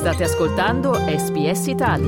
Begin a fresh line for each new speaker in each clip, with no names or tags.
State ascoltando SBS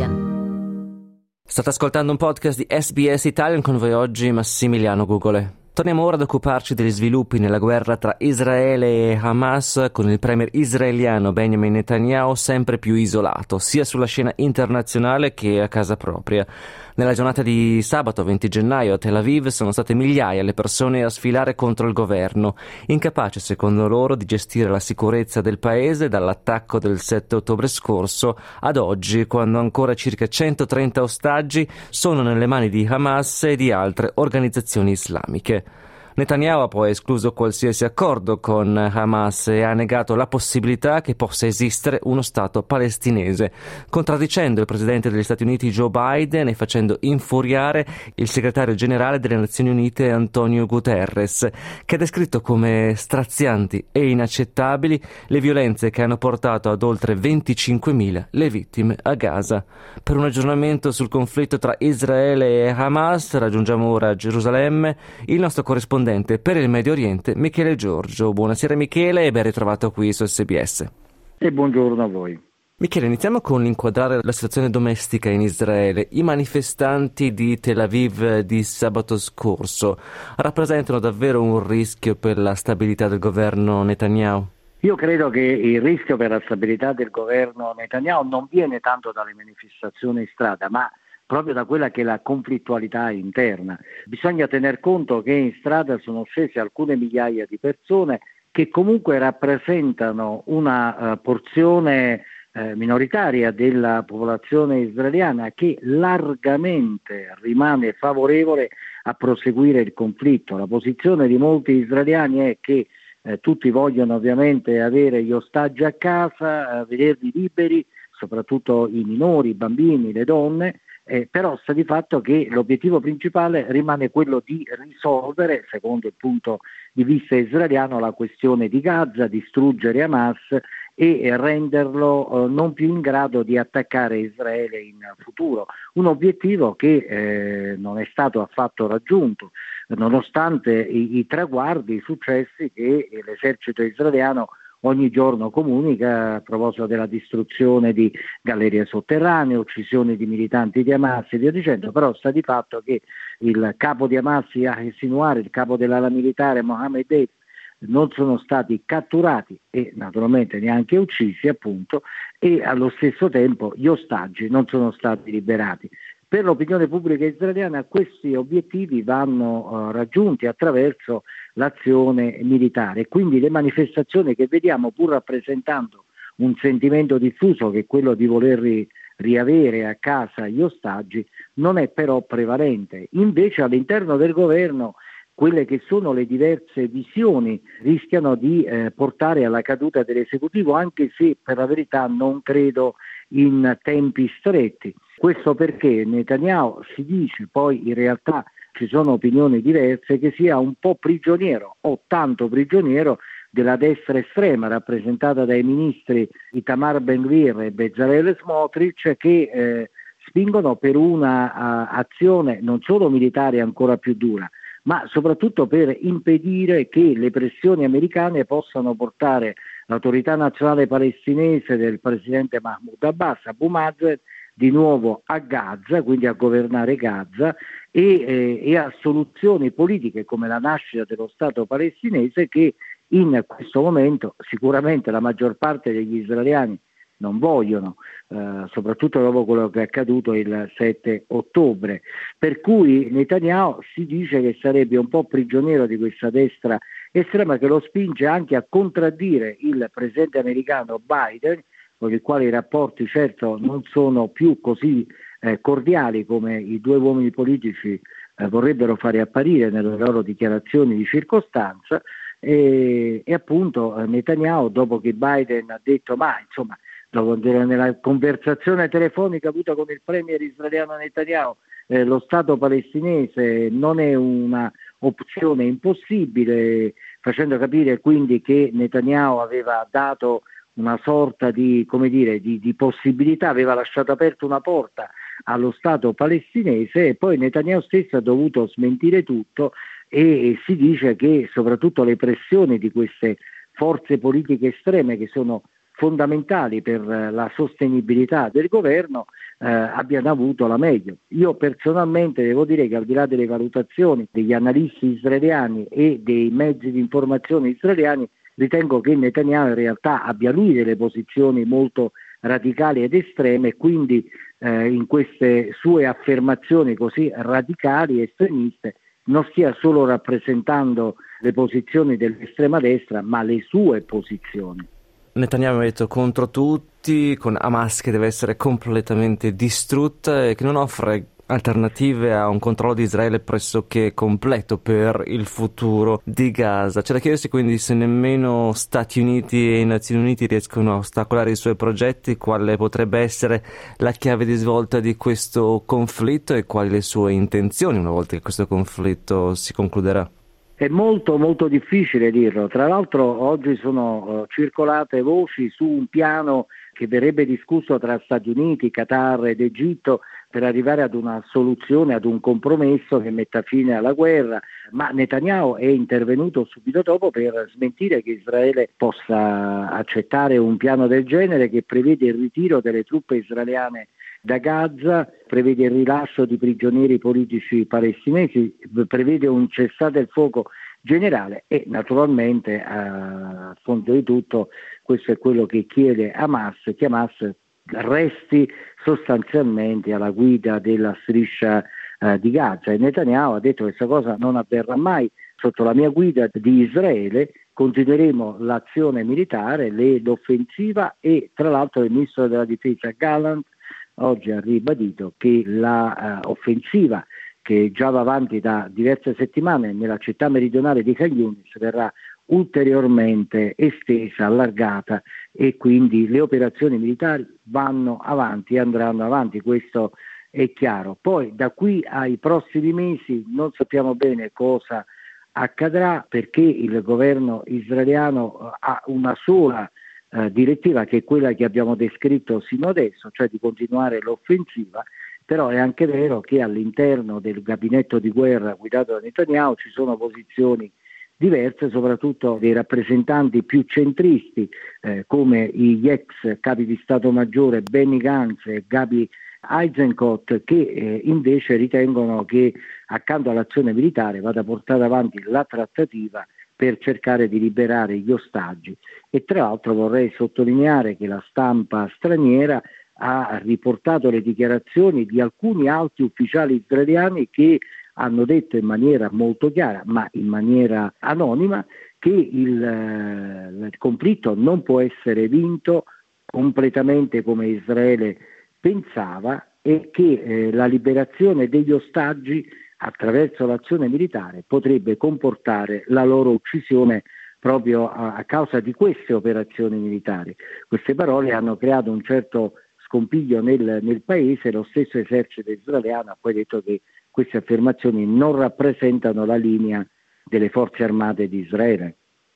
Italian.
State ascoltando un podcast di SBS Italian, con voi oggi Massimiliano Gugole. Torniamo ora ad occuparci degli sviluppi nella guerra tra Israele e Hamas, con il premier israeliano Benjamin Netanyahu sempre più isolato, sia sulla scena internazionale che a casa propria. Nella giornata di sabato 20 gennaio a Tel Aviv sono state migliaia le persone a sfilare contro il governo, incapace secondo loro di gestire la sicurezza del paese dall'attacco del 7 ottobre scorso ad oggi, quando ancora circa 130 ostaggi sono nelle mani di Hamas e di altre organizzazioni islamiche. Netanyahu ha poi escluso qualsiasi accordo con Hamas e ha negato la possibilità che possa esistere uno Stato palestinese, contraddicendo il presidente degli Stati Uniti Joe Biden e facendo infuriare il segretario generale delle Nazioni Unite Antonio Guterres, che ha descritto come strazianti e inaccettabili le violenze che hanno portato ad oltre 25.000 le vittime a Gaza. Per un aggiornamento sul conflitto tra Israele e Hamas raggiungiamo ora a Gerusalemme il nostro corrispondente per il Medio Oriente, Michele Giorgio. Buonasera Michele e ben ritrovato qui su SBS.
E buongiorno a voi.
Michele, iniziamo con l'inquadrare la situazione domestica in Israele. I manifestanti di Tel Aviv di sabato scorso rappresentano davvero un rischio per la stabilità del governo Netanyahu?
Io credo che il rischio per la stabilità del governo Netanyahu non viene tanto dalle manifestazioni in strada, ma proprio da quella che è la conflittualità interna. Bisogna tener conto che in strada sono scese alcune migliaia di persone che comunque rappresentano una porzione minoritaria della popolazione israeliana che largamente rimane favorevole a proseguire il conflitto. La posizione di molti israeliani è che tutti vogliono ovviamente avere gli ostaggi a casa, vederli liberi, soprattutto i minori, i bambini, le donne, però sta di fatto che l'obiettivo principale rimane quello di risolvere, secondo il punto di vista israeliano, la questione di Gaza, distruggere Hamas e renderlo non più in grado di attaccare Israele in futuro. Un obiettivo che non è stato affatto raggiunto, nonostante i traguardi, i successi che l'esercito israeliano ogni giorno comunica a proposito della distruzione di gallerie sotterranee, uccisioni di militanti di Hamas e via dicendo, però sta di fatto che il capo di Hamas, Yahya Sinwar, il capo dell'ala militare Mohammed Deif, non sono stati catturati e naturalmente neanche uccisi, appunto, e allo stesso tempo gli ostaggi non sono stati liberati. Per l'opinione pubblica israeliana questi obiettivi vanno raggiunti attraverso l'azione militare, quindi le manifestazioni che vediamo, pur rappresentando un sentimento diffuso che è quello di voler riavere a casa gli ostaggi, non è però prevalente. Invece all'interno del governo quelle che sono le diverse visioni rischiano di portare alla caduta dell'esecutivo, anche se per la verità non credo in tempi stretti. Questo perché Netanyahu si dice, poi in realtà ci sono opinioni diverse, che sia un po' prigioniero o tanto prigioniero della destra estrema rappresentata dai ministri Itamar Ben-Gvir e Bezalel Smotrich, che spingono per una azione non solo militare ancora più dura, ma soprattutto per impedire che le pressioni americane possano portare l'autorità nazionale palestinese del presidente Mahmoud Abbas, Abu Mazen, di nuovo a Gaza, quindi a governare Gaza e a soluzioni politiche come la nascita dello Stato palestinese, che in questo momento sicuramente la maggior parte degli israeliani non vogliono, soprattutto dopo quello che è accaduto il 7 ottobre. Per cui Netanyahu si dice che sarebbe un po' prigioniero di questa destra estrema, che lo spinge anche a contraddire il presidente americano Biden, con il quale i rapporti certo non sono più così cordiali come i due uomini politici vorrebbero fare apparire nelle loro dichiarazioni di circostanza, e appunto Netanyahu, dopo che Biden ha detto dopo nella conversazione telefonica avuta con il premier israeliano Netanyahu, lo Stato palestinese non è una opzione impossibile, facendo capire quindi che Netanyahu aveva dato una sorta di possibilità, aveva lasciato aperta una porta allo Stato palestinese, e poi Netanyahu stesso ha dovuto smentire tutto e si dice che soprattutto le pressioni di queste forze politiche estreme, che sono fondamentali per la sostenibilità del governo abbiano avuto la meglio. Io personalmente devo dire che al di là delle valutazioni degli analisti israeliani e dei mezzi di informazione israeliani, ritengo che Netanyahu in realtà abbia lui delle posizioni molto radicali ed estreme, e quindi in queste sue affermazioni così radicali e estremiste non stia solo rappresentando le posizioni dell'estrema destra, ma le sue posizioni.
Netanyahu ha detto contro tutti, con Hamas che deve essere completamente distrutta e che non offre alternative a un controllo di Israele pressoché completo per il futuro di Gaza. C'è da chiedersi quindi se nemmeno Stati Uniti e Nazioni Unite riescono a ostacolare i suoi progetti, quale potrebbe essere la chiave di svolta di questo conflitto e quali le sue intenzioni una volta che questo conflitto si concluderà.
È molto molto difficile dirlo. Tra l'altro oggi sono circolate voci su un piano che verrebbe discusso tra Stati Uniti, Qatar ed Egitto per arrivare ad una soluzione, ad un compromesso che metta fine alla guerra, ma Netanyahu è intervenuto subito dopo per smentire che Israele possa accettare un piano del genere che prevede il ritiro delle truppe israeliane da Gaza, prevede il rilascio di prigionieri politici palestinesi, prevede un cessate il fuoco generale e naturalmente a fondo di tutto questo è quello che chiede Hamas, che Hamas resti sostanzialmente alla guida della striscia di Gaza, e Netanyahu ha detto che questa cosa non avverrà mai sotto la mia guida di Israele, continueremo l'azione militare, l'offensiva, e tra l'altro il ministro della difesa Gallant oggi ha ribadito che la offensiva che già va avanti da diverse settimane nella città meridionale di Khan Yunis verrà ulteriormente estesa, allargata, e quindi le operazioni militari vanno avanti e andranno avanti, questo è chiaro. Poi da qui ai prossimi mesi non sappiamo bene cosa accadrà, perché il governo israeliano ha una sola direttiva, che è quella che abbiamo descritto sino adesso, cioè di continuare l'offensiva. Però è anche vero che all'interno del gabinetto di guerra guidato da Netanyahu ci sono posizioni diverse, soprattutto dei rappresentanti più centristi come gli ex capi di Stato Maggiore Benny Gantz e Gabi Eisenkot, che invece ritengono che accanto all'azione militare vada portata avanti la trattativa per cercare di liberare gli ostaggi. E tra l'altro vorrei sottolineare che la stampa straniera ha riportato le dichiarazioni di alcuni alti ufficiali israeliani che hanno detto in maniera molto chiara, ma in maniera anonima, che il conflitto non può essere vinto completamente come Israele pensava, e che la liberazione degli ostaggi attraverso l'azione militare potrebbe comportare la loro uccisione proprio a causa di queste operazioni militari. Queste parole hanno creato un certo scompiglio nel paese. Lo stesso esercito israeliano ha poi detto che queste affermazioni non rappresentano la linea delle forze armate di Israele.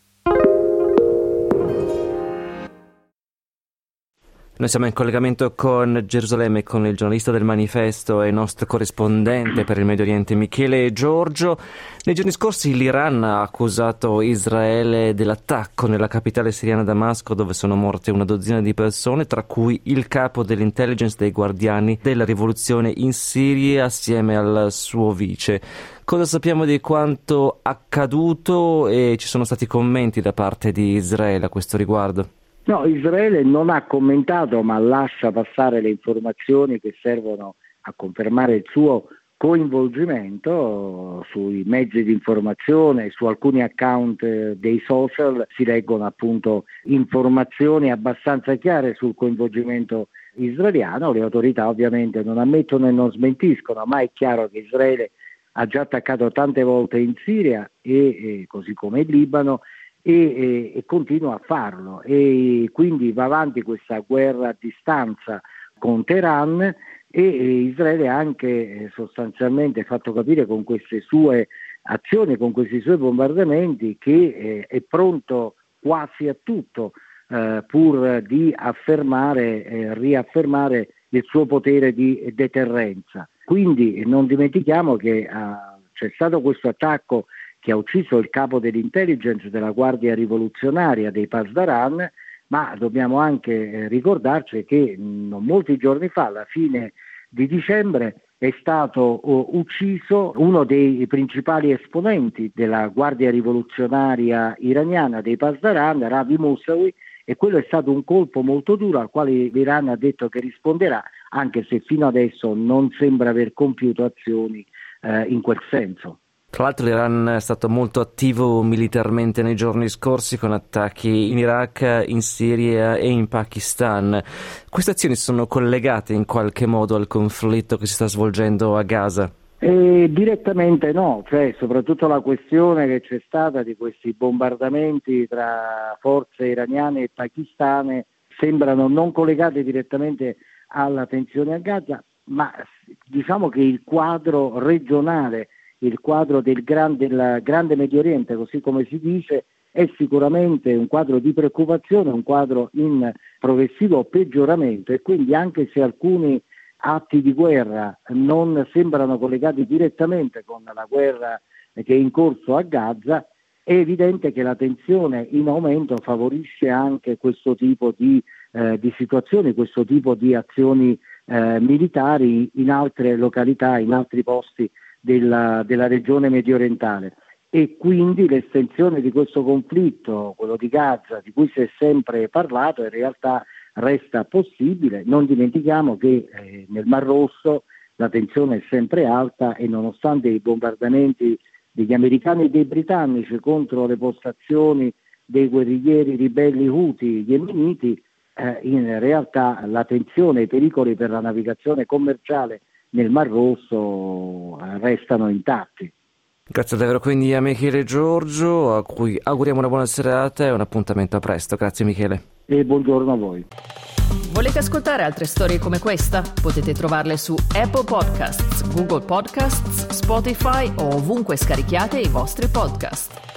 Noi siamo in collegamento con Gerusalemme, con il giornalista del Manifesto e nostro corrispondente per il Medio Oriente Michele Giorgio. Nei giorni scorsi l'Iran ha accusato Israele dell'attacco nella capitale siriana Damasco, dove sono morte una dozzina di persone, tra cui il capo dell'intelligence dei guardiani della rivoluzione in Siria assieme al suo vice. Cosa sappiamo di quanto accaduto e ci sono stati commenti da parte di Israele a questo riguardo?
No, Israele non ha commentato, ma lascia passare le informazioni che servono a confermare il suo coinvolgimento. Sui mezzi di informazione, su alcuni account dei social si leggono appunto informazioni abbastanza chiare sul coinvolgimento israeliano. Le autorità ovviamente non ammettono e non smentiscono, ma è chiaro che Israele ha già attaccato tante volte in Siria e così come in Libano, e continua a farlo, e quindi va avanti questa guerra a distanza con Teheran, e Israele ha anche sostanzialmente fatto capire con queste sue azioni, con questi suoi bombardamenti, che è pronto quasi a tutto pur di riaffermare il suo potere di deterrenza. Quindi non dimentichiamo che c'è stato questo attacco che ha ucciso il capo dell'intelligence della Guardia Rivoluzionaria dei Pasdaran, ma dobbiamo anche ricordarci che non molti giorni fa, alla fine di dicembre, è stato ucciso uno dei principali esponenti della Guardia Rivoluzionaria iraniana, dei Pasdaran, Ravi Mousavi, e quello è stato un colpo molto duro al quale l'Iran ha detto che risponderà, anche se fino adesso non sembra aver compiuto azioni in quel senso.
Tra l'altro l'Iran è stato molto attivo militarmente nei giorni scorsi con attacchi in Iraq, in Siria e in Pakistan. Queste azioni sono collegate in qualche modo al conflitto che si sta svolgendo a Gaza?
Direttamente no, cioè soprattutto la questione che c'è stata di questi bombardamenti tra forze iraniane e pakistane sembrano non collegate direttamente alla tensione a Gaza, ma diciamo che il quadro regionale, il quadro del grande Medio Oriente, così come si dice, è sicuramente un quadro di preoccupazione, un quadro in progressivo peggioramento, e quindi anche se alcuni atti di guerra non sembrano collegati direttamente con la guerra che è in corso a Gaza, è evidente che la tensione in aumento favorisce anche questo tipo di situazioni, questo tipo di azioni militari in altre località, in altri posti della regione mediorientale, e quindi l'estensione di questo conflitto, quello di Gaza, di cui si è sempre parlato, in realtà resta possibile. Non dimentichiamo che nel Mar Rosso la tensione è sempre alta, e nonostante i bombardamenti degli americani e dei britannici contro le postazioni dei guerriglieri ribelli Houthi yemeniti, in realtà la tensione e i pericoli per la navigazione commerciale nel Mar Rosso restano intatti.
Grazie davvero quindi a Michele Giorgio, a cui auguriamo una buona serata e un appuntamento a presto. Grazie Michele.
E buongiorno a voi.
Volete ascoltare altre storie come questa? Potete trovarle su Apple Podcasts, Google Podcasts, Spotify o ovunque scarichiate i vostri podcast.